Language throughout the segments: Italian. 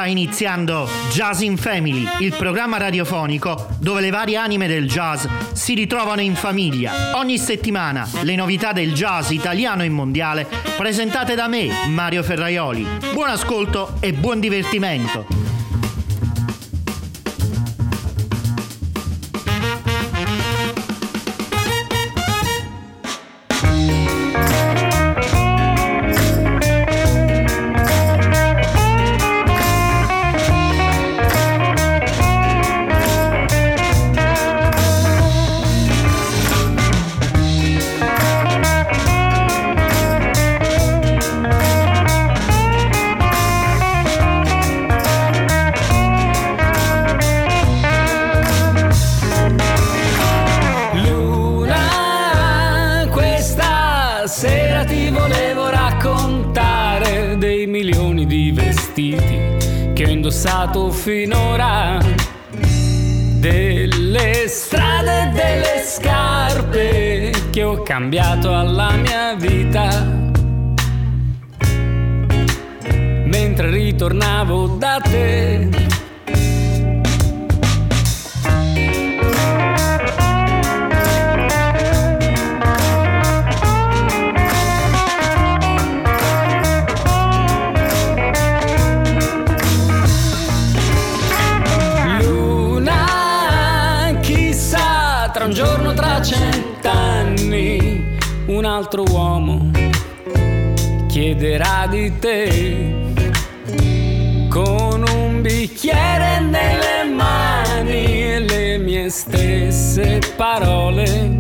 Sta iniziando Jazz in Family, il programma radiofonico dove le varie anime del jazz si ritrovano in famiglia. Ogni settimana le novità del jazz italiano e mondiale presentate da me, Mario Ferraioli. Buon ascolto e buon divertimento. Finora delle strade e delle scarpe che ho cambiato alla mia vita mentre ritornavo da te. Un giorno tra 100 anni un altro uomo chiederà di te con un bicchiere nelle mani e le mie stesse parole,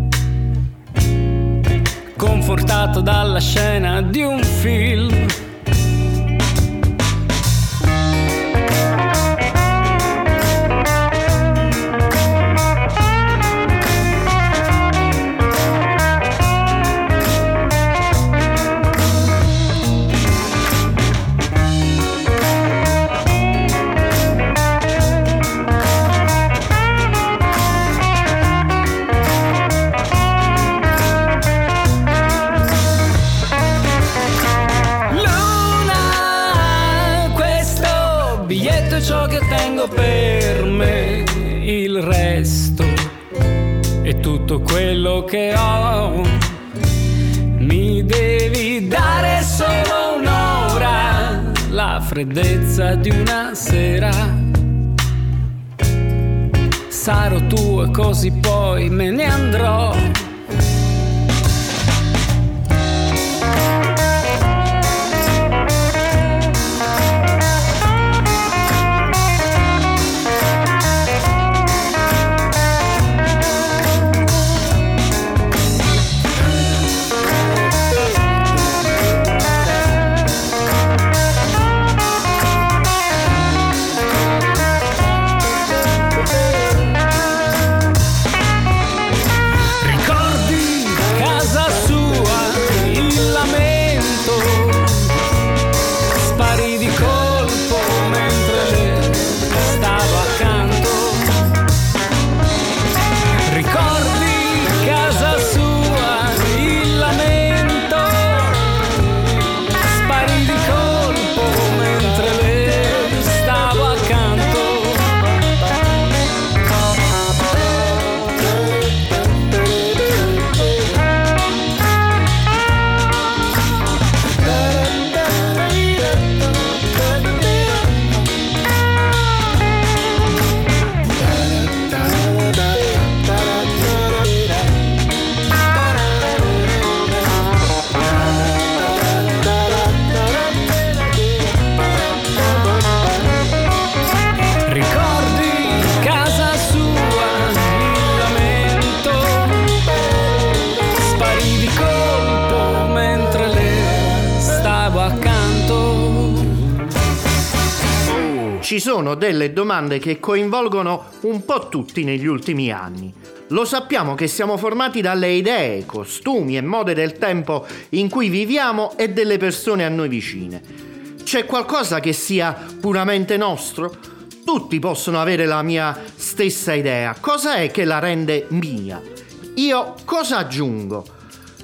confortato dalla scena di un film. Ciò che tengo per me, il resto è tutto quello che ho. Mi devi dare solo un'ora, la freddezza di una sera. Sarò tuo e così poi me ne andrò. Ci sono delle domande che coinvolgono un po' tutti negli ultimi anni. Lo sappiamo che siamo formati dalle idee, costumi e mode del tempo in cui viviamo e delle persone a noi vicine. C'è qualcosa che sia puramente nostro? Tutti possono avere la mia stessa idea. Cosa è che la rende mia? Io cosa aggiungo?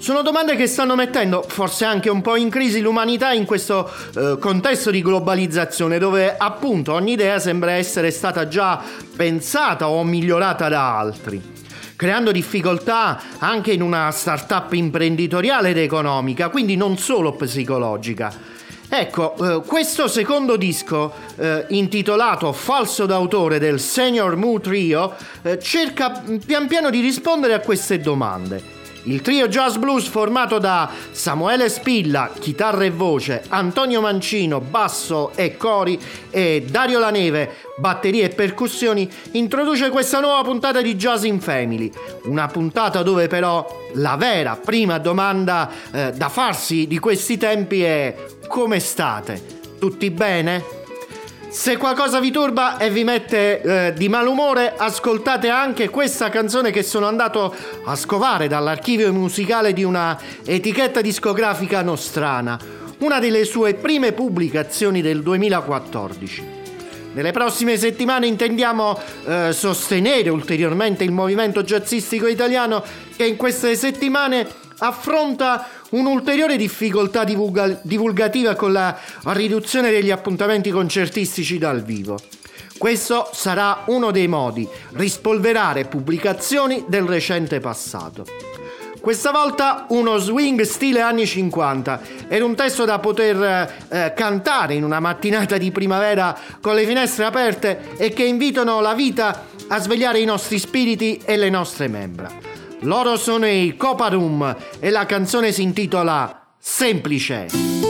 Sono domande che stanno mettendo forse anche un po' in crisi l'umanità in questo contesto di globalizzazione, dove appunto ogni idea sembra essere stata già pensata o migliorata da altri, creando difficoltà anche in una startup imprenditoriale ed economica, quindi non solo psicologica. Ecco, questo secondo disco, intitolato Falso d'autore del Senior Mu Trio, cerca pian piano di rispondere a queste domande. Il trio jazz blues formato da Samuele Spilla, chitarra e voce, Antonio Mancino, basso e cori, e Dario La Neve, batterie e percussioni, introduce questa nuova puntata di Jazz in Family. Una puntata dove però la vera prima domanda da farsi di questi tempi è: come state? Tutti bene? Se qualcosa vi turba e vi mette di malumore, ascoltate anche questa canzone che sono andato a scovare dall'archivio musicale di una etichetta discografica nostrana, una delle sue prime pubblicazioni del 2014. Nelle prossime settimane intendiamo sostenere ulteriormente il movimento jazzistico italiano, che in queste settimane affronta un'ulteriore difficoltà divulgativa con la riduzione degli appuntamenti concertistici dal vivo. Questo sarà uno dei modi: rispolverare pubblicazioni del recente passato. Questa volta uno swing stile anni 50 ed un testo da poter cantare in una mattinata di primavera con le finestre aperte e che invitano la vita a svegliare i nostri spiriti e le nostre membra. Loro sono i Coparum e la canzone si intitola Semplice.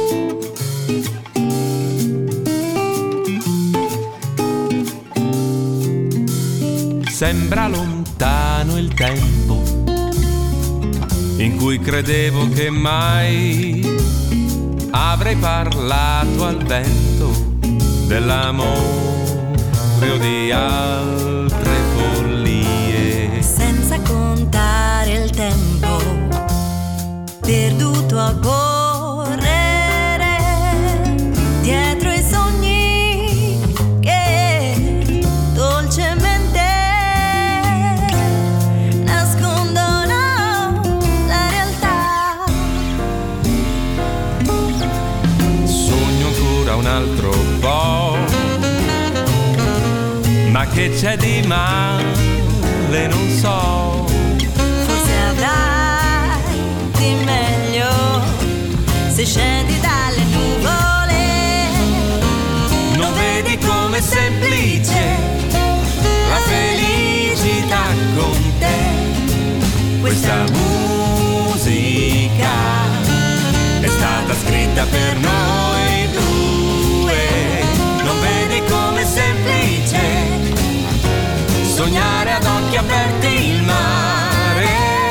Sembra lontano il tempo in cui credevo che mai avrei parlato al vento dell'amore o di altre follie. Senza contare il tempo perduto a correre dietro i sogni che dolcemente nascondono la realtà. Sogno ancora un altro po', ma che c'è di male non so. Forse avrai di meglio se scendi dalle nuvole. Non vedi com'è semplice la felicità con te? Questa musica è stata scritta per noi due. Non vedi com'è semplice sognare ad occhi aperti il mare,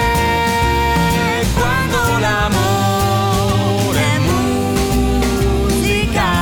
quando l'amore è musica.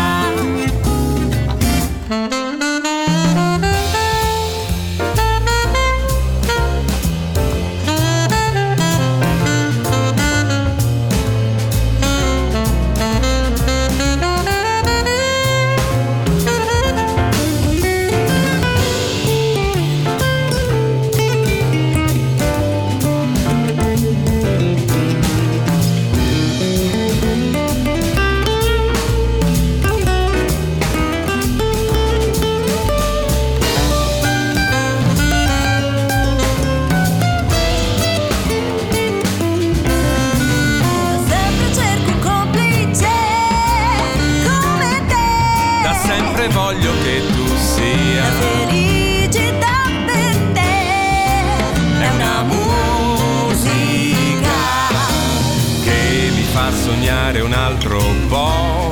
Voglio che tu sia la felicità per te. È una musica che mi fa sognare un altro po',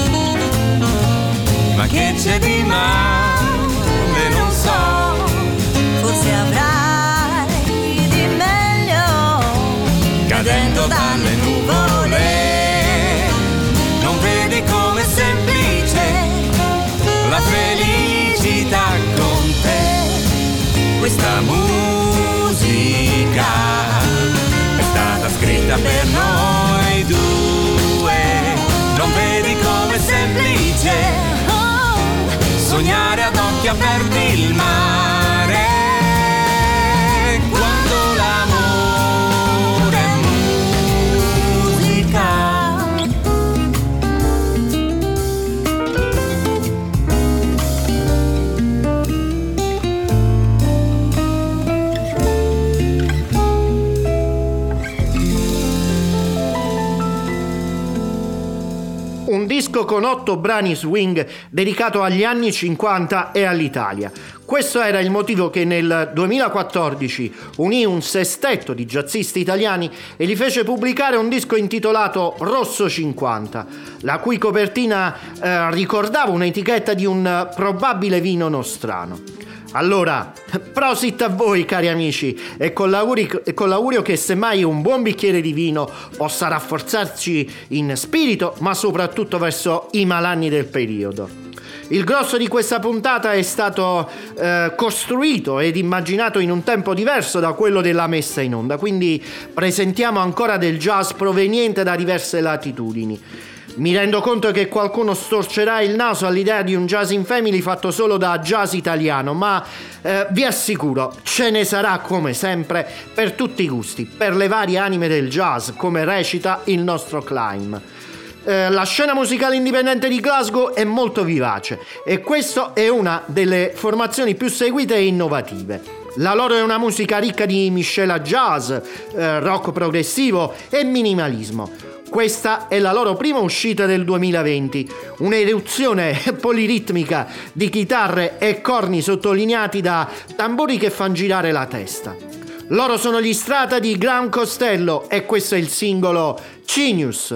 ma che c'è di male non so. Forse avrai di meglio Cadendo dalle nuvole. Non vedi com'è semplice la felicità con te? Questa musica è stata scritta per noi due. Non vedi com'è semplice sognare ad occhi aperti il mare, quando l'amore è disco con 8 brani swing dedicato agli anni 50 e all'Italia. Questo era il motivo che nel 2014 unì un sestetto di jazzisti italiani e li fece pubblicare un disco intitolato Rosso 50, la cui copertina ricordava un'etichetta di un probabile vino nostrano. Allora, prosit a voi cari amici e con l'augurio che semmai un buon bicchiere di vino possa rafforzarci in spirito, ma soprattutto verso i malanni del periodo. Il grosso di questa puntata è stato costruito ed immaginato in un tempo diverso da quello della messa in onda, quindi presentiamo ancora del jazz proveniente da diverse latitudini. Mi rendo conto che qualcuno storcerà il naso all'idea di un jazz in family fatto solo da jazz italiano, ma vi assicuro, ce ne sarà come sempre per tutti i gusti, per le varie anime del jazz, come recita il nostro climb. La scena musicale indipendente di Glasgow è molto vivace e questa è una delle formazioni più seguite e innovative. La loro è una musica ricca di miscela jazz, rock progressivo e minimalismo. Questa è la loro prima uscita del 2020, un'eruzione poliritmica di chitarre e corni sottolineati da tamburi che fan girare la testa. Loro sono gli Strata di Graham Costello e questo è il singolo Genius.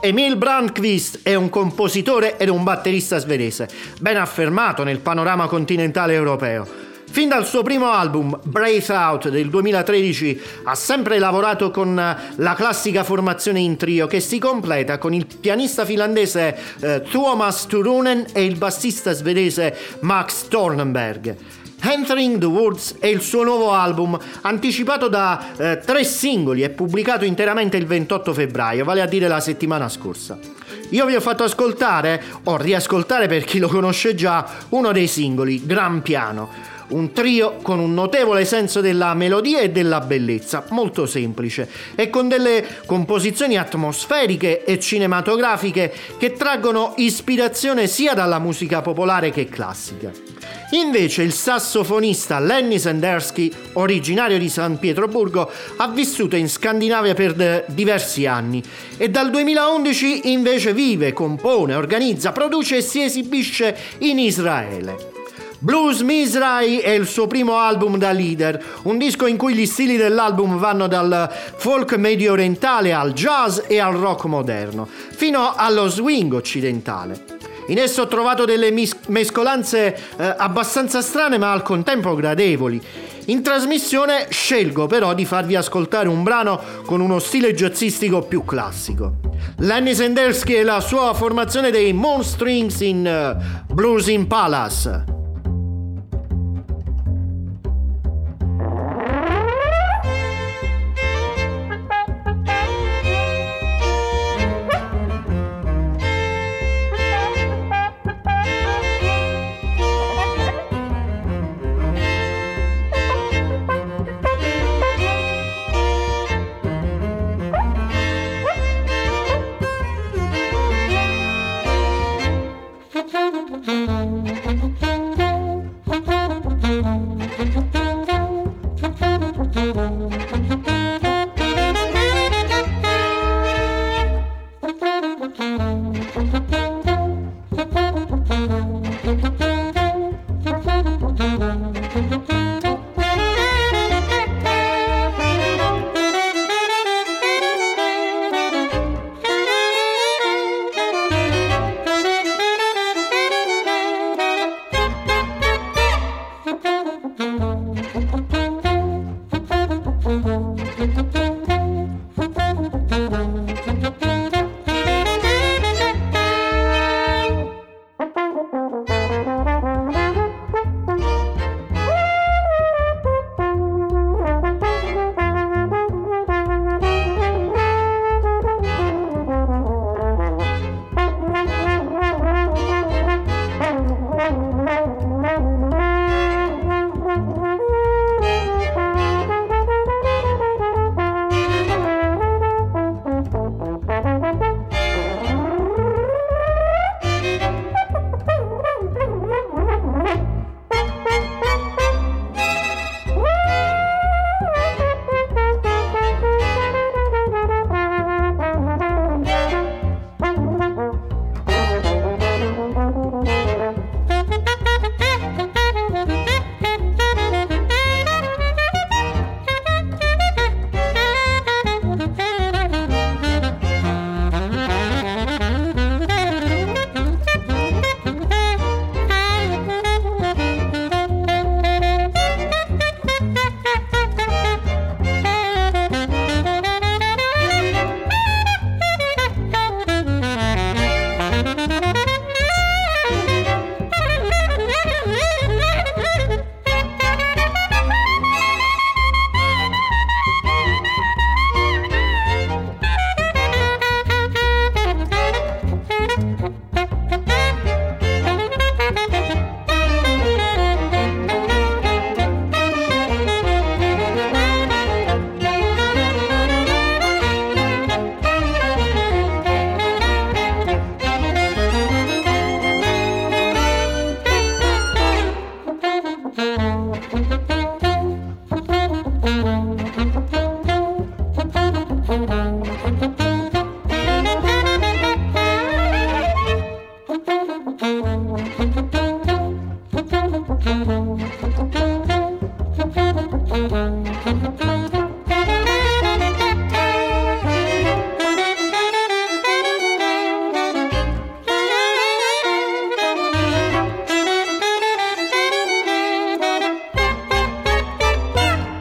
Emil Brandqvist è un compositore ed un batterista svedese, ben affermato nel panorama continentale europeo. Fin dal suo primo album, Breathe Out, del 2013, ha sempre lavorato con la classica formazione in trio che si completa con il pianista finlandese Tuomas Turunen e il bassista svedese Max Tornberg. Entering the Woods è il suo nuovo album, anticipato da 3 singoli e pubblicato interamente il 28 febbraio, vale a dire la settimana scorsa. Io vi ho fatto ascoltare, o riascoltare per chi lo conosce già, uno dei singoli, Gran Piano. Un trio con un notevole senso della melodia e della bellezza, molto semplice, e con delle composizioni atmosferiche e cinematografiche che traggono ispirazione sia dalla musica popolare che classica. Invece il sassofonista Lenny Sendersky, originario di San Pietroburgo, ha vissuto in Scandinavia per diversi anni e dal 2011 invece vive, compone, organizza, produce e si esibisce in Israele. Blues Mizrahi è il suo primo album da leader, un disco in cui gli stili dell'album vanno dal folk medio orientale al jazz e al rock moderno, fino allo swing occidentale. In esso ho trovato delle mescolanze abbastanza strane ma al contempo gradevoli. In trasmissione scelgo però di farvi ascoltare un brano con uno stile jazzistico più classico. Lenny Sendersky e la sua formazione dei Moon Strings in Blues in Palace.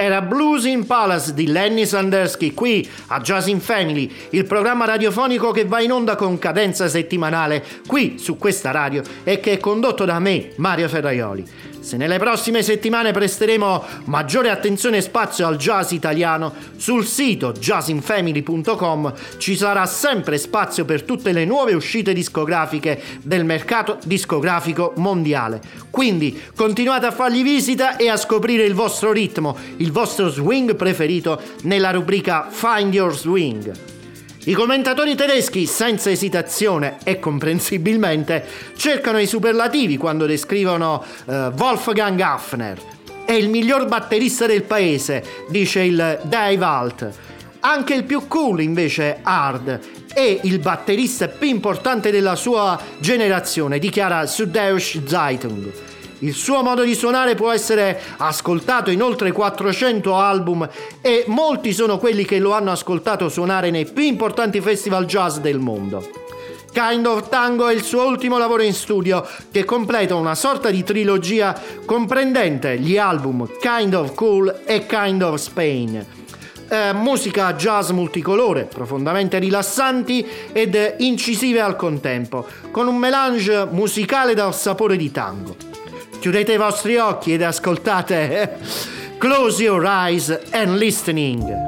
Era Blues in Palace di Lenny Sandersky qui a Jazz in Family, il programma radiofonico che va in onda con cadenza settimanale qui su questa radio e che è condotto da me, Mario Ferraioli. Se nelle prossime settimane presteremo maggiore attenzione e spazio al jazz italiano, sul sito jazzinfamily.com ci sarà sempre spazio per tutte le nuove uscite discografiche del mercato discografico mondiale. Quindi continuate a fargli visita e a scoprire il vostro ritmo, il vostro swing preferito nella rubrica Find Your Swing. I commentatori tedeschi, senza esitazione e comprensibilmente, cercano i superlativi quando descrivono Wolfgang Hafner. È il miglior batterista del paese, dice il Die Welt. Anche il più cool, invece, Hard, è il batterista più importante della sua generazione, dichiara Süddeutsche Zeitung. Il suo modo di suonare può essere ascoltato in oltre 400 album e molti sono quelli che lo hanno ascoltato suonare nei più importanti festival jazz del mondo. Kind of Tango è il suo ultimo lavoro in studio che completa una sorta di trilogia comprendente gli album Kind of Cool e Kind of Spain. Musica jazz multicolore, profondamente rilassanti ed incisive al contempo, con un melange musicale dal sapore di tango. Chiudete i vostri occhi ed ascoltate Close Your Eyes and Listening.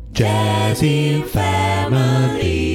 Jazzy Family.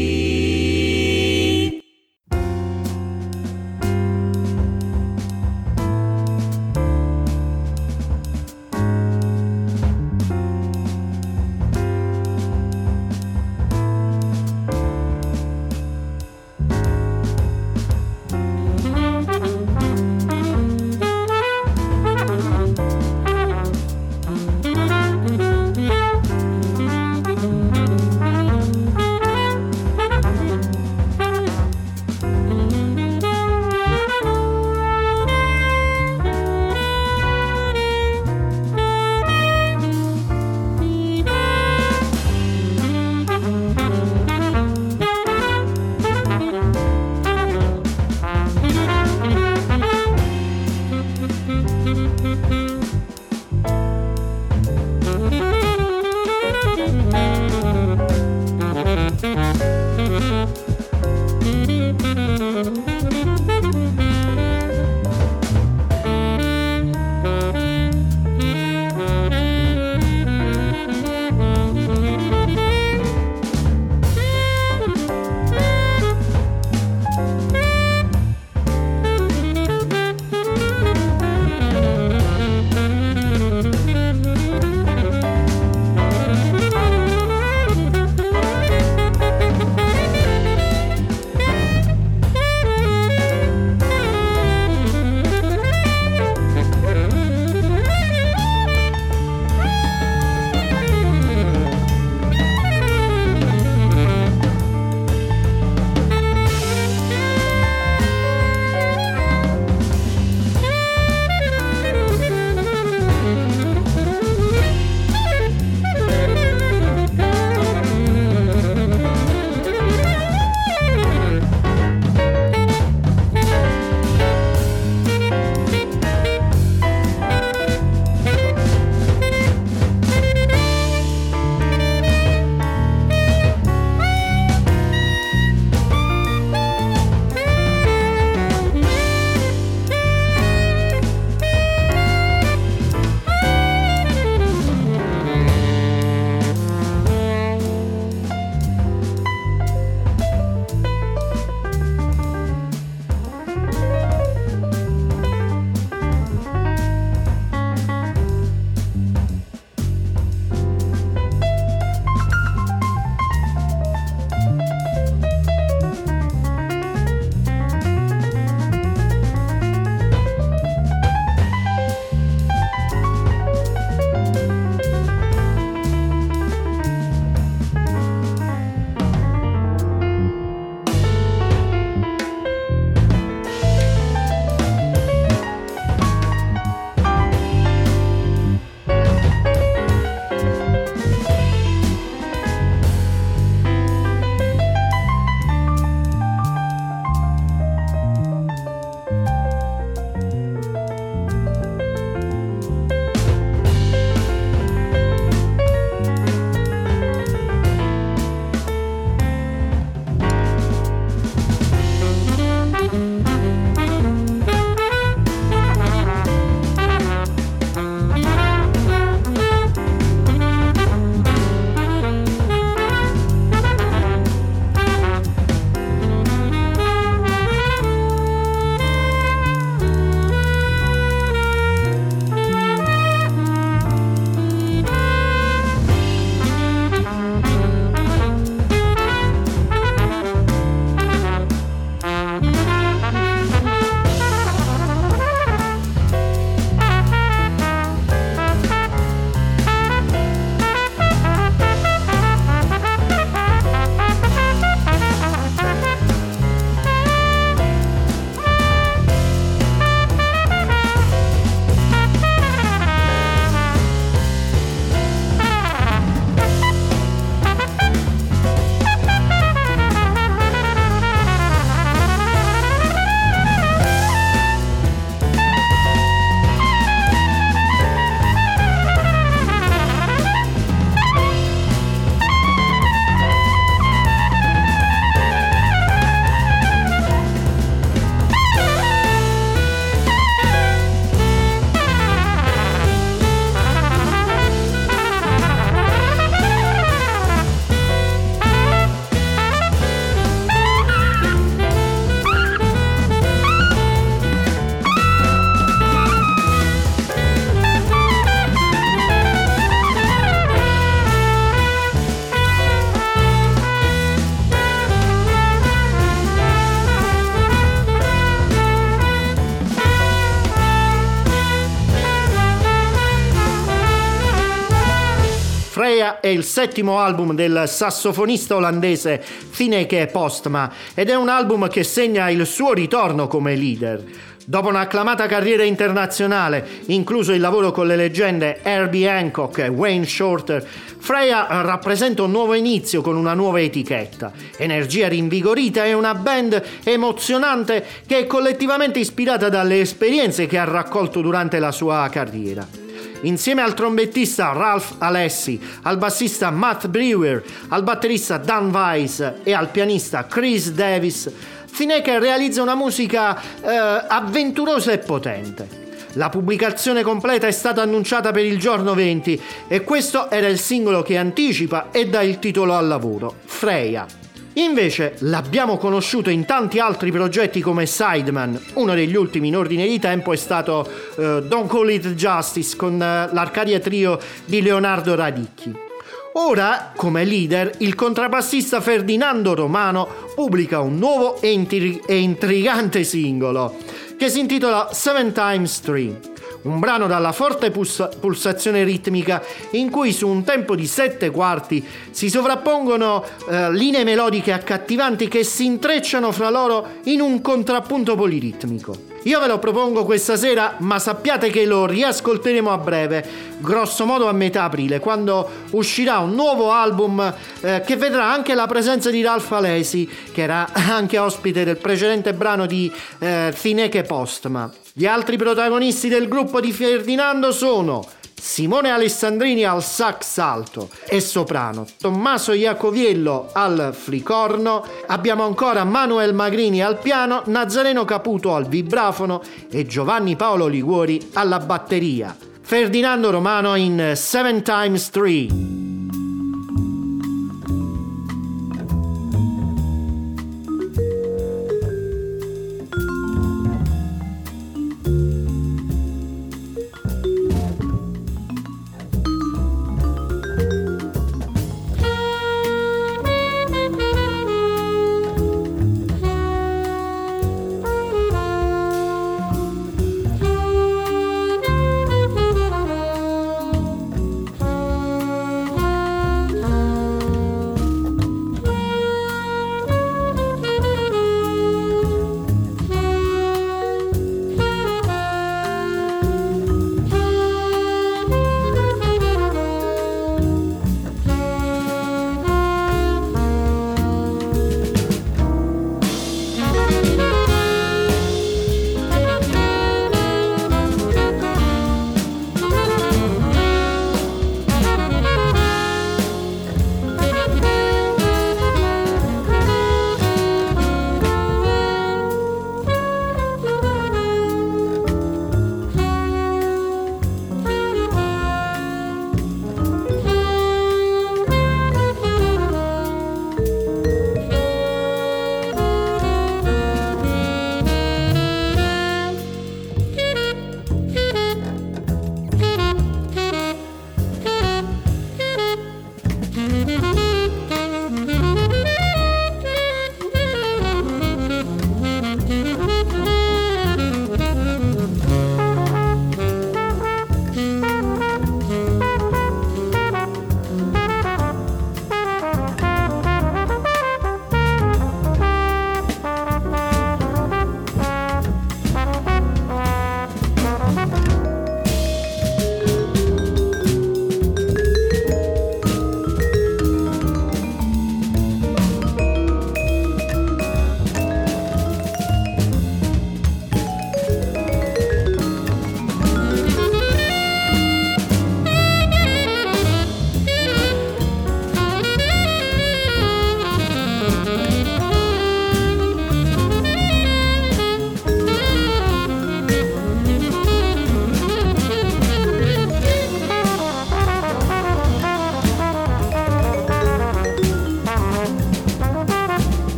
è il 7° album del sassofonista olandese Fineke Postma ed è un album che segna il suo ritorno come leader. Dopo un'acclamata carriera internazionale, incluso il lavoro con le leggende Herbie Hancock e Wayne Shorter, Freya rappresenta un nuovo inizio con una nuova etichetta, energia rinvigorita e una band emozionante che è collettivamente ispirata dalle esperienze che ha raccolto durante la sua carriera. Insieme al trombettista Ralph Alessi, al bassista Matt Brewer, al batterista Dan Weiss e al pianista Chris Davis, Fineke realizza una musica avventurosa e potente. La pubblicazione completa è stata annunciata per il giorno 20 e questo era il singolo che anticipa e dà il titolo al lavoro, Freya. Invece l'abbiamo conosciuto in tanti altri progetti come Sideman. Uno degli ultimi in ordine di tempo è stato Don't Call It Justice con l'Arcadia Trio di Leonardo Radicchi. Ora, come leader, il contrabbassista Ferdinando Romano pubblica un nuovo e intrigante singolo che si intitola 7 Times 3, un brano dalla forte pulsazione ritmica in cui su un tempo di 7 quarti si sovrappongono linee melodiche accattivanti che si intrecciano fra loro in un contrappunto poliritmico. Io ve lo propongo questa sera, ma sappiate che lo riascolteremo a breve, grosso modo a metà aprile, quando uscirà un nuovo album che vedrà anche la presenza di Ralph Alessi, che era anche ospite del precedente brano di Fineke Postma. Gli altri protagonisti del gruppo di Ferdinando sono Simone Alessandrini al sax alto e soprano, Tommaso Iacoviello al flicorno, abbiamo ancora Manuel Magrini al piano, Nazareno Caputo al vibrafono e Giovanni Paolo Liguori alla batteria. Ferdinando Romano in 7 Times 3.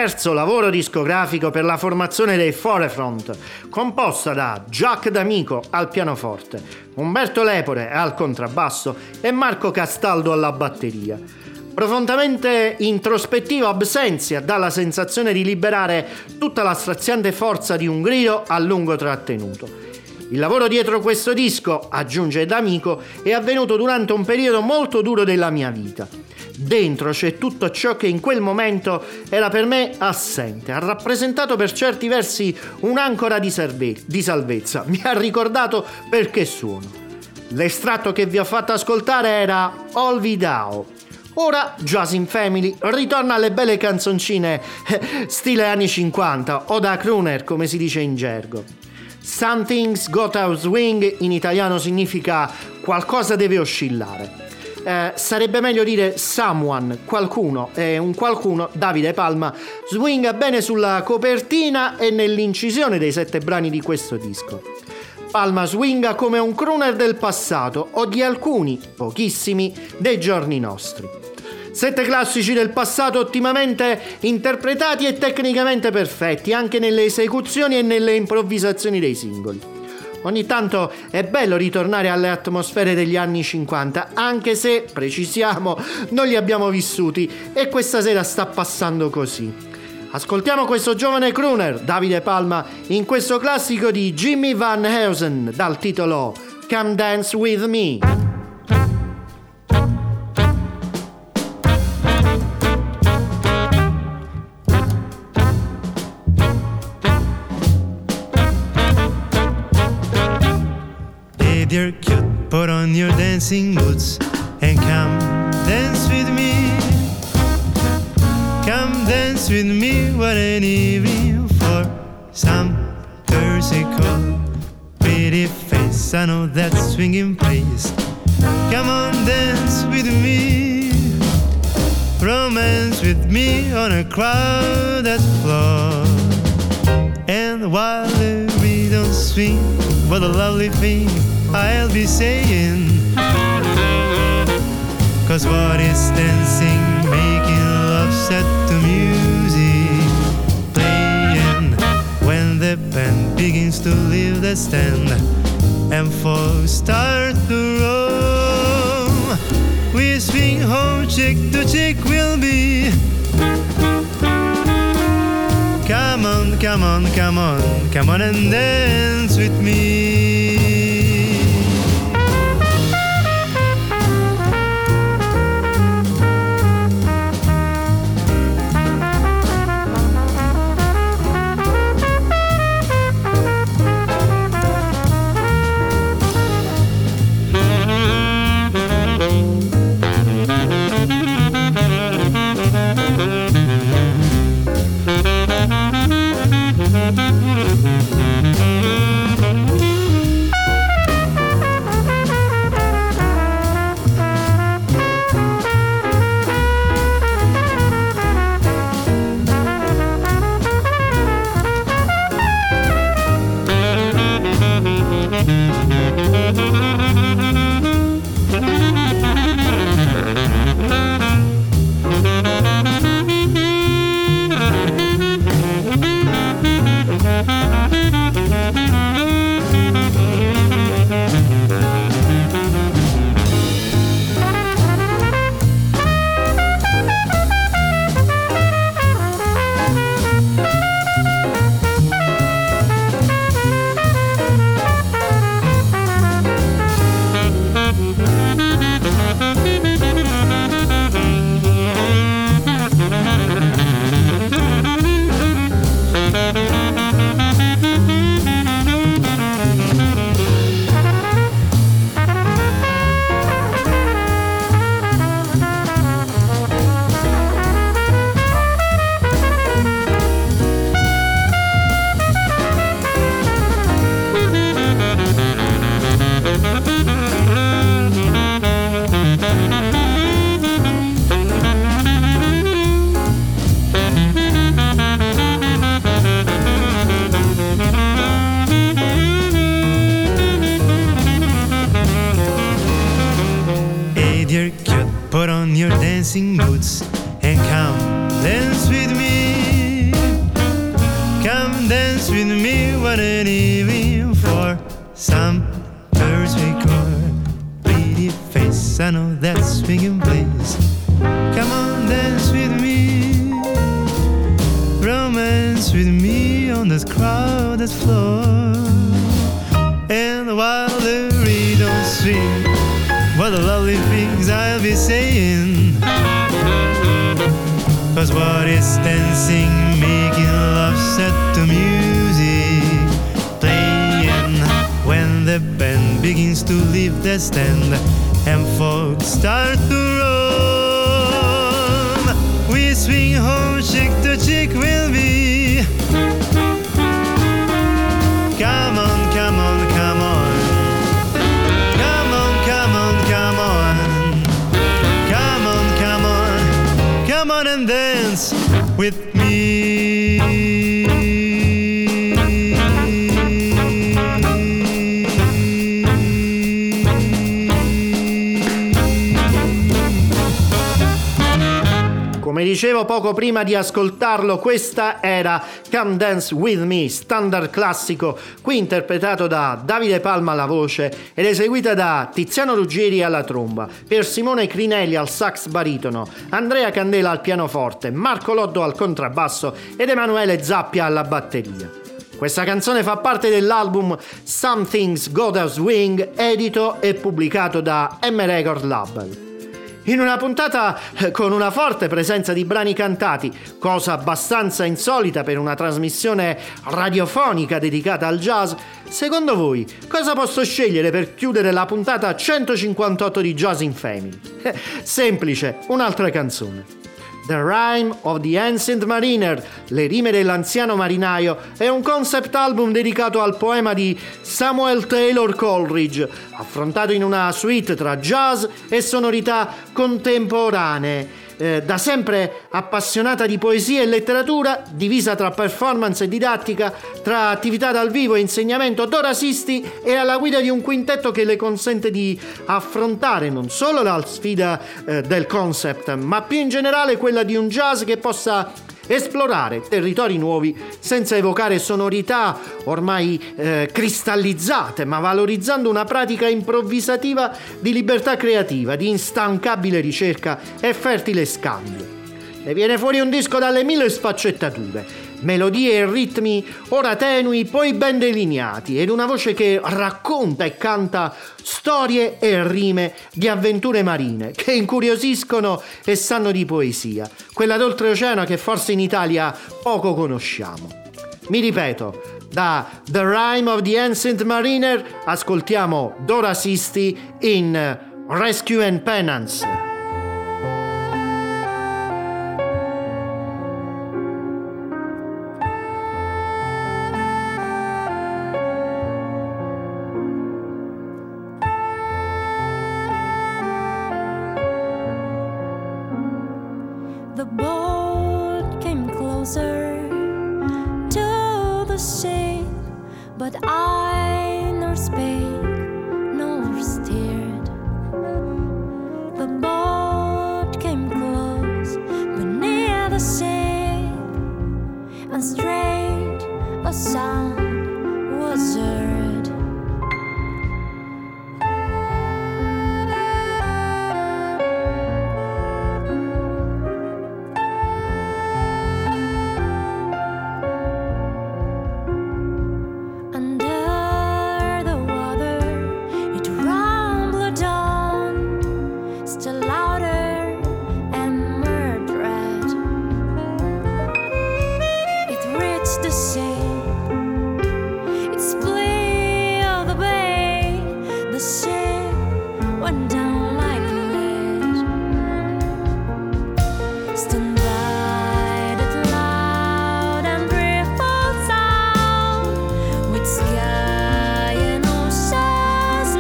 terzo lavoro discografico per la formazione dei Forefront, composta da Jack D'Amico al pianoforte, Umberto Lepore al contrabbasso e Marco Castaldo alla batteria. Profondamente introspettiva, Absentia dà la sensazione di liberare tutta la straziante forza di un grido a lungo trattenuto. Il lavoro dietro questo disco, aggiunge D'Amico, è avvenuto durante un periodo molto duro della mia vita. Dentro c'è tutto ciò che in quel momento era per me assente, ha rappresentato per certi versi un'ancora di salvezza, mi ha ricordato perché suono. L'estratto che vi ho fatto ascoltare era Olvidao. Ora Jazz in Family ritorna alle belle canzoncine stile anni 50 o da crooner come si dice in gergo. Something's got a swing in italiano significa qualcosa deve oscillare. Sarebbe meglio dire someone, qualcuno, e un qualcuno, Davide Palma, swinga bene sulla copertina e nell'incisione dei 7 brani di questo disco. Palma swinga come un crooner del passato o di alcuni, pochissimi, dei giorni nostri. 7 classici del passato ottimamente interpretati e tecnicamente perfetti anche nelle esecuzioni e nelle improvvisazioni dei singoli. Ogni tanto è bello ritornare alle atmosfere degli anni 50, anche se, precisiamo, non li abbiamo vissuti e questa sera sta passando così. Ascoltiamo questo giovane crooner, Davide Palma, in questo classico di Jimmy Van Heusen dal titolo Come Dance With Me. You're cute, put on your dancing boots and come dance with me. Come dance with me, what an evening for some musical pretty face. I know that swinging place. Come on, dance with me. Romance with me on a crowded floor. And while the rhythm swing, what a lovely thing I'll be saying. 'Cause what is dancing, making love set to music, playing when the band begins to leave the stand and folks start to roam. We swing home, cheek to cheek we'll be. Come on, come on, come on, come on and dance with me. Put on your dancing boots and come dance with me. what an evening for some birds we chord. Pretty face, I know that swinging place. Come on, dance with me, romance with me on this crowded floor. And while the rhythm swings, what a lovely things I'll be saying. 'Cause what is dancing, making love set to music, playing when the band begins to leave the stand and folks start to roll. We swing home cheek to cheek with me. Come on, come on, come on. Come on, come on, come on. Come on, come on. Come on and dance with me. Come dicevo poco prima di ascoltarlo, questa era Come Dance With Me, standard classico, qui interpretato da Davide Palma alla voce ed eseguita da Tiziano Ruggieri alla tromba, per Simone Crinelli al sax baritono, Andrea Candela al pianoforte, Marco Loddo al contrabbasso ed Emanuele Zappia alla batteria. Questa canzone fa parte dell'album Something's Got a Swing, edito e pubblicato da M Record Label. In una puntata con una forte presenza di brani cantati, cosa abbastanza insolita per una trasmissione radiofonica dedicata al jazz, secondo voi cosa posso scegliere per chiudere la puntata 158 di Jazz in Family? Semplice, un'altra canzone. The Rime of the Ancient Mariner, le rime dell'anziano marinaio, è un concept album dedicato al poema di Samuel Taylor Coleridge, affrontato in una suite tra jazz e sonorità contemporanee. Da sempre appassionata di poesia e letteratura, divisa tra performance e didattica, tra attività dal vivo e insegnamento, Dora Sisti è alla guida di un quintetto che le consente di affrontare non solo la sfida del concept, ma più in generale quella di un jazz che possa esplorare territori nuovi senza evocare sonorità ormai cristallizzate, ma valorizzando una pratica improvvisativa di libertà creativa, di instancabile ricerca e fertile scambio. Ne viene fuori un disco dalle mille sfaccettature, melodie e ritmi ora tenui, poi ben delineati, ed una voce che racconta e canta storie e rime di avventure marine che incuriosiscono e sanno di poesia, quella d'oltreoceano che forse in Italia poco conosciamo. Mi ripeto, da The Rime of the Ancient Mariner ascoltiamo Dora Sisti in Rescue and Penance. The boat came closer to the ship, but I nor spake nor steered. The boat came close beneath the ship, and straight a sound was heard. The same, it's split of the bay. The ship went down like lead. Stand by that loud and fearful sound, with sky and oceans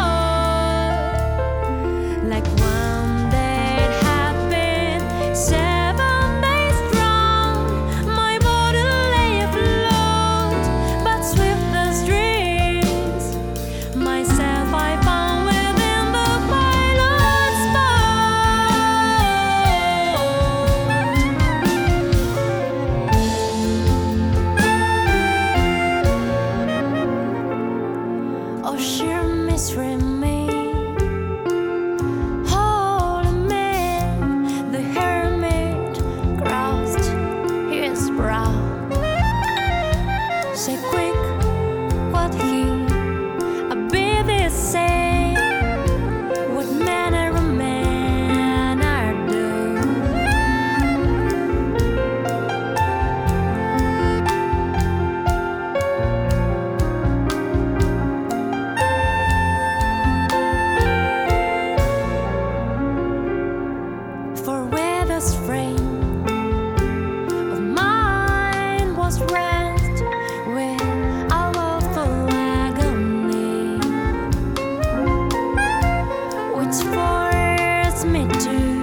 more, like one that had been 7 days strong. My body lay afloat, but swift as dreams. Myself I found within the pilot's boat. wants me to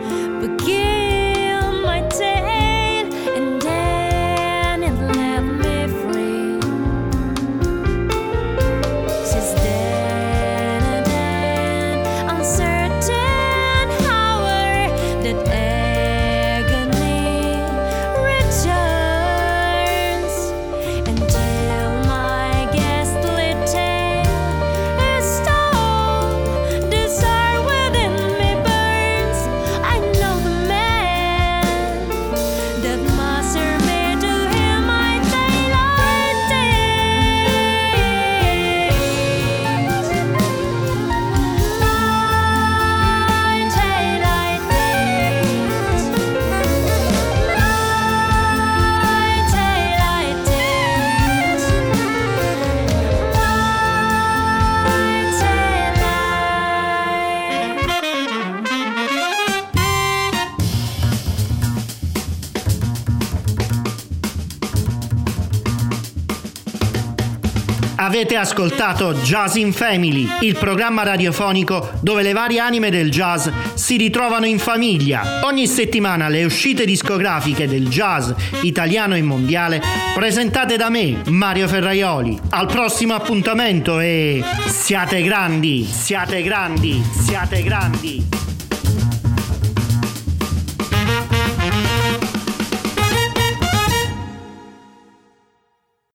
begin my tale, and then it left me free. Since then uncertain hour that agony returns, until my ghastly tale is told. Desire within me burns. I know the man that must serve me. To him I say I Avete ascoltato Jazz in Family, il programma radiofonico dove le varie anime del jazz si ritrovano in famiglia. Ogni settimana le uscite discografiche del jazz italiano e mondiale presentate da me, Mario Ferraioli. Al prossimo appuntamento e siate grandi, siate grandi, siate grandi.